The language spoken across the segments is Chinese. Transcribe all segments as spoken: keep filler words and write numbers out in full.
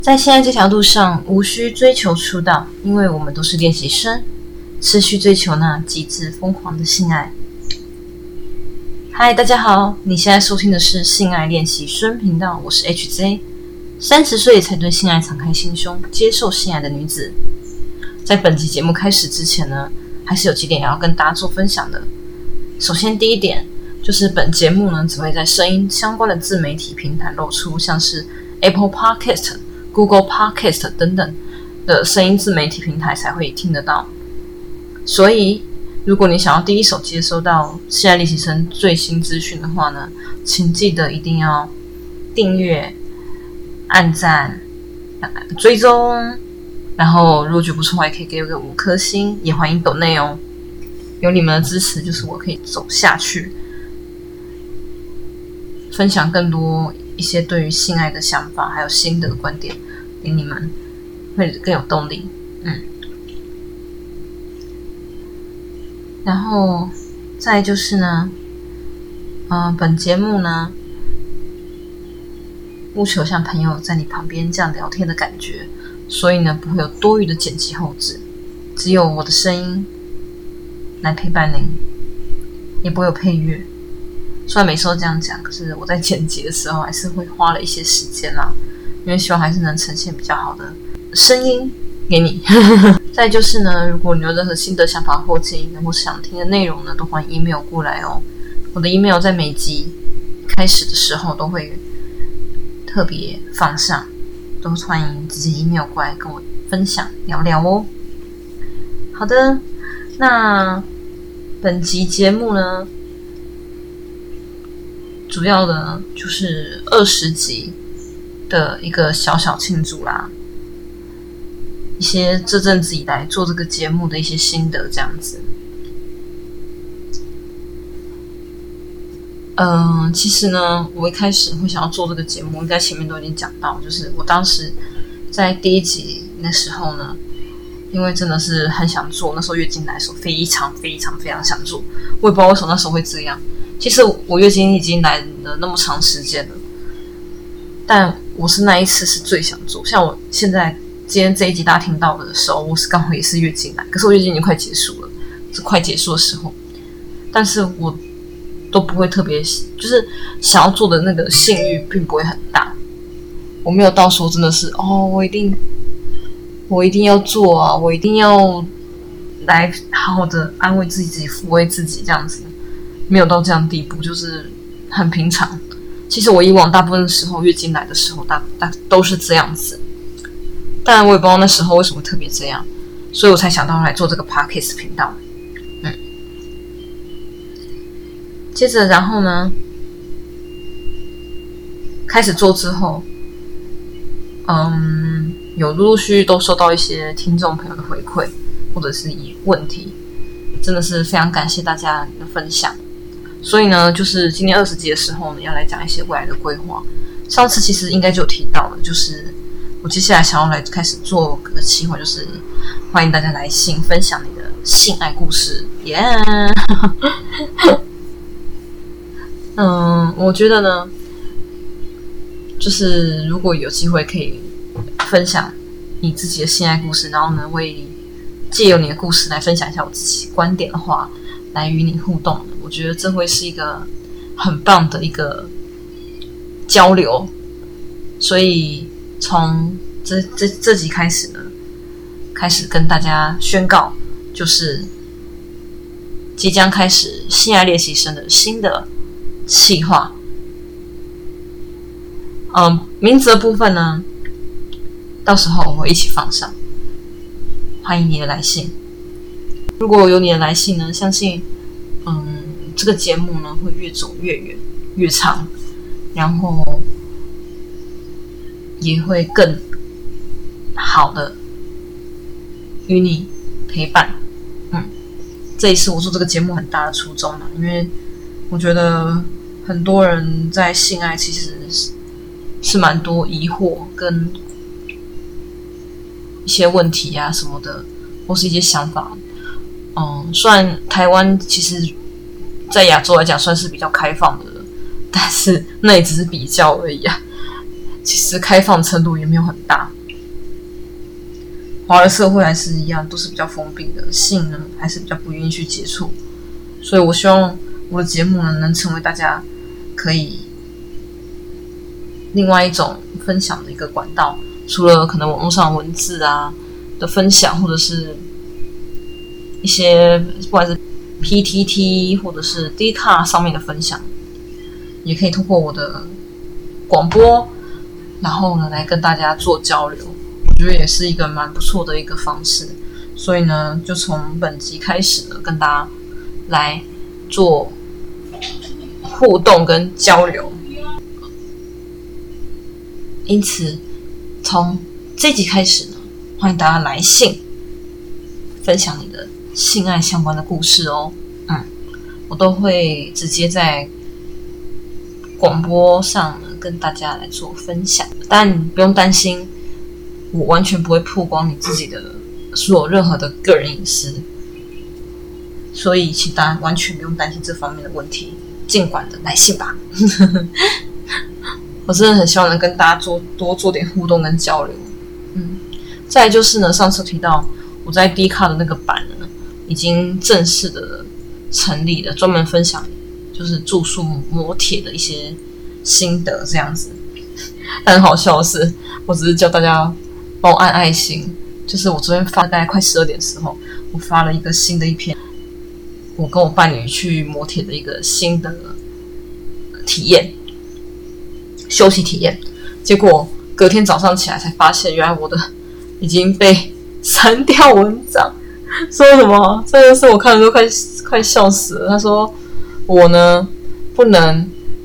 在现在这条路上，无需追求出道，因为我们都是练习生，持续追求那极致疯狂的性爱。嗨，大家好，你现在收听的是性爱练习生频道，我是 H J， 三十岁才对性爱敞开心胸，接受性爱的女子。在本集节目开始之前呢，还是有几点要跟大家做分享的。首先第一点就是本节目呢只会在声音相关的自媒体平台露出，像是 Apple Podcast、Google Podcast 等等的声音自媒体平台才会听得到。所以如果你想要第一手接收到性爱练习生最新资讯的话呢，请记得一定要订阅、按赞、追踪，然后如果觉得不错的话，也可以给我个五颗星，也欢迎抖内哦。有你们的支持，就是我可以走下去，分享更多一些对于性爱的想法，还有新的观点给你们，会更有动力。嗯，然后再来就是呢，呃，本节目呢，务求像朋友在你旁边这样聊天的感觉，所以呢，不会有多余的剪辑后置，只有我的声音来陪伴您，也不会有配乐。虽然每次都这样讲，可是我在剪辑的时候还是会花了一些时间啦，因为希望还是能呈现比较好的声音给你。再就是呢，如果你有任何心得想法或建议呢，或是想听的内容呢，都欢迎 email 过来哦。我的 email 在每集开始的时候都会特别放上，都欢迎直接 email 过来跟我分享聊聊哦。好的，那本集节目呢，主要的就是二十集的一个小小庆祝啦，一些这阵子以来做这个节目的一些心得这样子。嗯、呃，其实呢，我一开始会想要做这个节目，应该前面都已经讲到，就是我当时在第一集那时候呢，因为真的是很想做，那时候月经来的时候非常非常非常想做，我也不知道为什么那时候会这样。其实我月经已经来了那么长时间了，但我是那一次是最想做。像我现在今天这一集大家听到的时候，我是刚好也是月经来，可是我月经已经快结束了，是快结束的时候，但是我都不会特别，就是想要做的那个性欲并不会很大。我没有到说真的是哦，我一定我一定要做啊，我一定要来好好的安慰自己、自己抚慰自己这样子，没有到这样的地步，就是很平常。其实我以往大部分的时候月经来的时候大大都是这样子，但我也不知道那时候为什么特别这样，所以我才想到来做这个 podcast 频道。嗯，接着然后呢，开始做之后，嗯，有陆陆续续都收到一些听众朋友的回馈或者是问题，真的是非常感谢大家的分享。所以呢，就是今天二十集的时候呢，要来讲一些未来的规划。上次其实应该就有提到了，就是我接下来想要来开始做个企划，就是欢迎大家来信分享你的性爱故事，耶、yeah! 嗯，我觉得呢，就是如果有机会可以分享你自己的性爱故事，然后呢，为借由你的故事来分享一下我自己观点的话，来与你互动，我觉得这会是一个很棒的一个交流。所以从这这这集开始呢，开始跟大家宣告，就是即将开始性爱练习生的新的企划。嗯，名字的部分呢，到时候我会一起放上，欢迎你的来信。如果有你的来信呢，相信嗯这个节目呢会越走越远越长，然后也会更好的与你陪伴。嗯，这也是我做这个节目很大的初衷嘛，因为我觉得很多人在性爱其实是是蛮多疑惑跟一些问题啊什么的，或是一些想法。嗯，虽然台湾其实在亚洲来讲算是比较开放的了，但是那也只是比较而已啊。 其实开放程度也没有很大。华人社会还是一样，都是比较封闭的，性呢还是比较不愿意去接触。所以我希望我的节目呢，能成为大家可以另外一种分享的一个管道。除了可能网络上文字啊的分享，或者是一些不管是 P T T 或者是 D 卡上面的分享，也可以通过我的广播，然后呢来跟大家做交流。我觉得也是一个蛮不错的一个方式。所以呢，就从本集开始呢，跟大家来做互动跟交流。因此从这集开始呢，欢迎大家来信分享你的性爱相关的故事哦。嗯，我都会直接在广播上呢跟大家来做分享，但你不用担心，我完全不会曝光你自己的所有任何的个人隐私，所以请大家完全不用担心这方面的问题，尽管的来信吧。我真的很希望能跟大家做多做点互动跟交流。嗯，再来就是呢，上次提到我在 D 卡的那个版呢，已经正式的成立了，专门分享就是住宿摩铁的一些心得这样子。但很好笑的是，我只是叫大家帮我按爱心。就是我昨天发大概快十二点的时候，我发了一个新的一篇，我跟我伴侣去摩铁的一个新的体验。休息体验，结果隔天早上起来才发现，原来我的已经被删掉文章，说什么？真的是我看了都快快笑死了。他说我呢不能，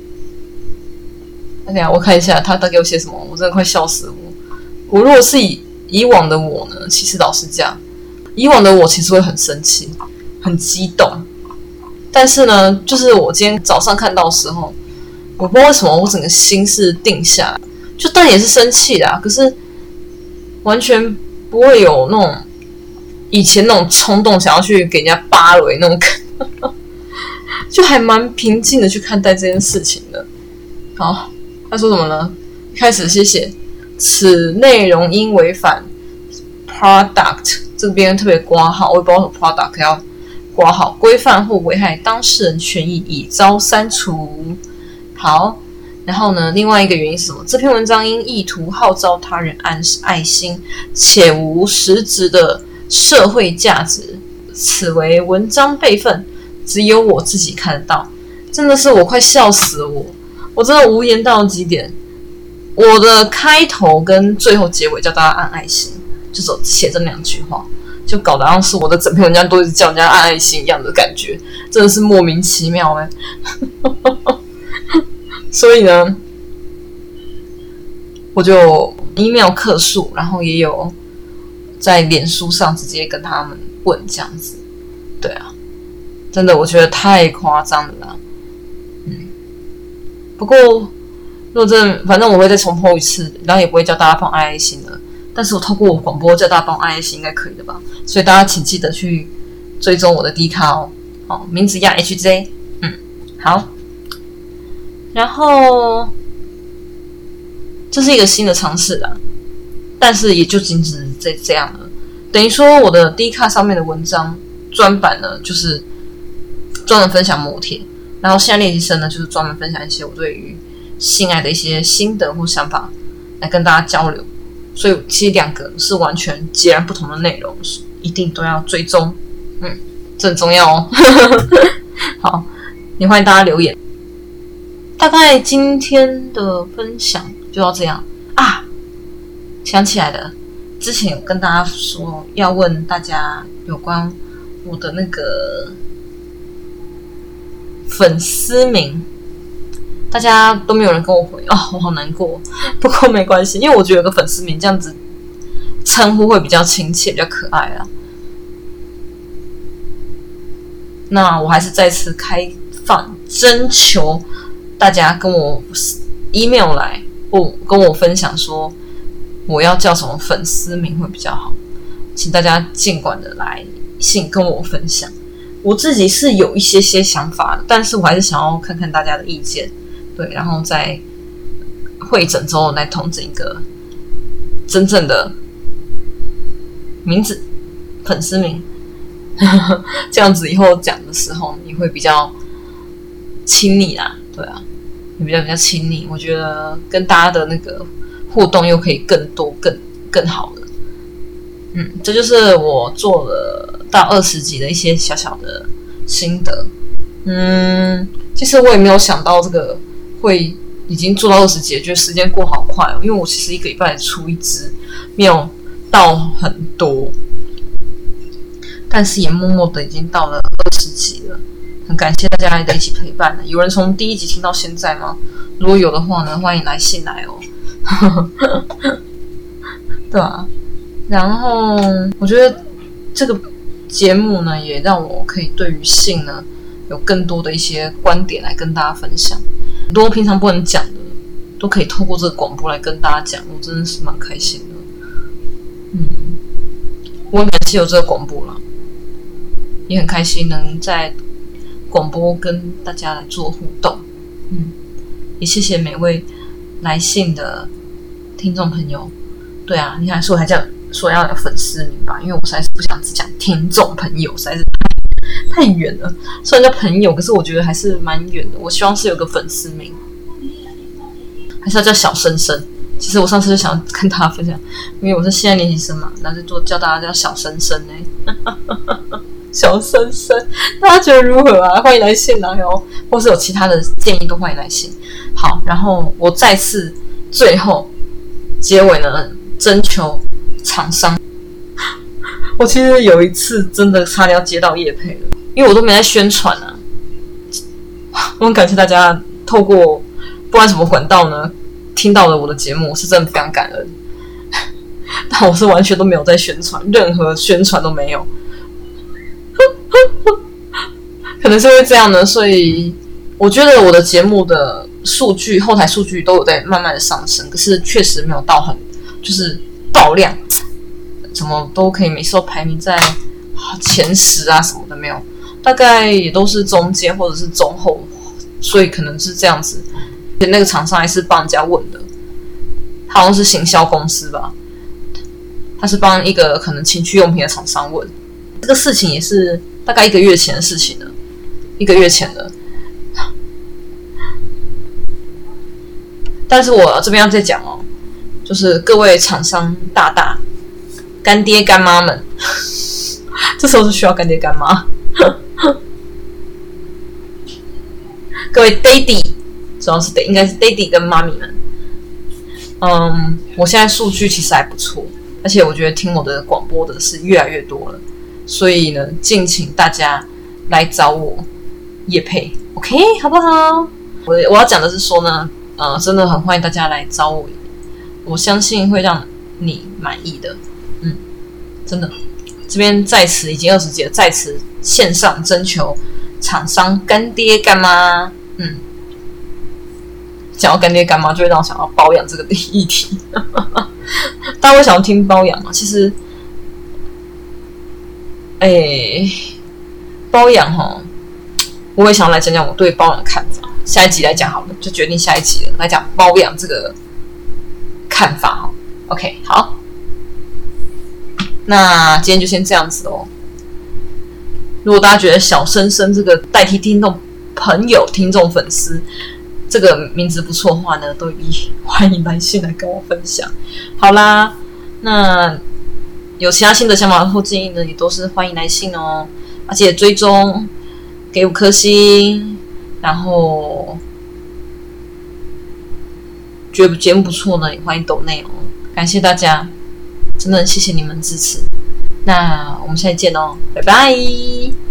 哎呀，我看一下他他给我写什么，我真的快笑死了。我我如果是以以往的我呢，其实老实讲，以往的我其实会很生气，很激动，但是呢，就是我今天早上看到的时候。我不知道为什么我整个心是定下来，就当然也是生气啦，可是完全不会有那种以前那种冲动想要去给人家扒雷那种感觉，就还蛮平静的去看待这件事情的。好，他说什么呢？一开始谢谢，此内容应违反 product 这边特别括号，我也不知道什么 product 要括号规范或危害当事人权益，已遭删除。好，然后呢？另外一个原因是什么？这篇文章因意图号召他人暗示爱心，且无实质的社会价值，此为文章备份，只有我自己看得到。真的是我快笑死了我，我真的无言到极点。我的开头跟最后结尾叫大家按爱心，就只写这两句话，就搞得好像是我的整篇文章都一直叫人家按爱心一样的感觉，真的是莫名其妙哎、欸。所以呢，我就 email 客诉，然后也有在脸书上直接跟他们问这样子。对啊，真的我觉得太夸张了啦。嗯，不过如果真的，反正我会再重播一次，然后也不会叫大家放爱爱心了。但是我透过我广播叫大家放爱爱心应该可以的吧？所以大家请记得去追踪我的 D 卡哦。好，名字亚 H J。嗯，好。然后这是一个新的尝试啦，但是也就仅止这这样了。等于说我的 D 卡上面的文章专版呢，就是专门分享摩铁，然后现在练习生呢，就是专门分享一些我对于性爱的一些心得或想法来跟大家交流。所以其实两个是完全截然不同的内容，一定都要追踪。嗯，这很重要哦。好，也欢迎大家留言。大概今天的分享就到这样啊！想起来了，之前有跟大家说要问大家有关我的那个粉丝名，大家都没有人跟我回哦，我好难过。不过没关系，因为我觉得有个粉丝名这样子称呼会比较亲切，比较可爱啊。那我还是再次开放征求。大家跟我 email 来，或跟我分享说我要叫什么粉丝名会比较好，请大家尽管的来信跟我分享。我自己是有一些些想法，但是我还是想要看看大家的意见，对，然后再汇整之后来统整一个真正的名字、粉丝名，这样子以后讲的时候你会比较亲昵啦，对啊，也比较比较亲昵。我觉得跟大家的那个互动又可以更多、更更好的。嗯，这就是我做了到二十集的一些小小的心得。嗯，其实我也没有想到这个会已经做到二十集，觉得时间过好快哦。因为我其实一个礼拜出一支，没有到很多，但是也默默的已经到了二十集了。很感谢大家的一起陪伴了。有人从第一集听到现在吗？如果有的话呢，欢迎来信来哦。对啊，然后我觉得这个节目呢，也让我可以对于性呢有更多的一些观点来跟大家分享，很多平常不能讲的，都可以透过这个广播来跟大家讲，我真的是蛮开心的。嗯，我很感谢有这个广播啦，也很开心能在广播跟大家来做互动。嗯，也谢谢每位来信的听众朋友。对啊，你看，所以我还叫说要有粉丝名吧，因为我实在是不想只讲听众朋友，实在是太太远了。虽然叫朋友，可是我觉得还是蛮远的。我希望是有个粉丝名，还是要叫小生生。其实我上次就想跟大家分享，因为我是现在练习生嘛，然后就做叫大家叫小生生呢、欸。小生生，大家觉得如何啊？欢迎来信来哦，或是有其他的建议都欢迎来信。好，然后我再次最后结尾呢，征求厂商。我其实有一次真的差点要接到业配了，因为我都没在宣传啊。我很感谢大家透过不管什么管道呢，听到了我的节目，我是真的非常感恩。但我是完全都没有在宣传，任何宣传都没有。可能是因为这样呢，所以我觉得我的节目的数据后台数据都有在慢慢的上升，可是确实没有到很就是爆量，怎么都可以每次都排名在前十啊什么的没有，大概也都是中间或者是中后，所以可能是这样子。那个厂商还是帮人家问的，他好像是行销公司吧，他是帮一个可能情趣用品的厂商问。这个事情也是大概一个月前的事情了，一个月前了。但是我这边要再讲哦，就是各位厂商大大、干爹干妈们，这时候是需要干爹干妈。各位 daddy， 主要是应该是 daddy 跟妈咪们。嗯，我现在数据其实还不错，而且我觉得听我的广播的是越来越多了。所以呢，敬请大家来找我业配 ，OK， 好不好？我我要讲的是说呢，呃，真的很欢迎大家来找我，我相信会让你满意的，嗯，真的。这边在此已经二十集了，在此线上征求厂商干爹干妈，嗯，讲到干爹干妈，就会让我想到包养这个议题。大家会想要听包养吗？其实。哎，包养哈，我也想要来讲讲我对包养的看法。下一集来讲好了，就决定下一集了，来讲包养这个看法哈。OK， 好，那今天就先这样子哦。如果大家觉得小生生这个代替听众朋友、听众粉丝这个名字不错的话呢，都以欢迎来信来跟我分享。好啦，那。有其他新的想法或建议呢，也都是欢迎来信哦。而且追踪给五颗星，然后觉得节目不错呢，也欢迎抖内哦。感谢大家，真的谢谢你们支持。那我们下期见哦，拜拜。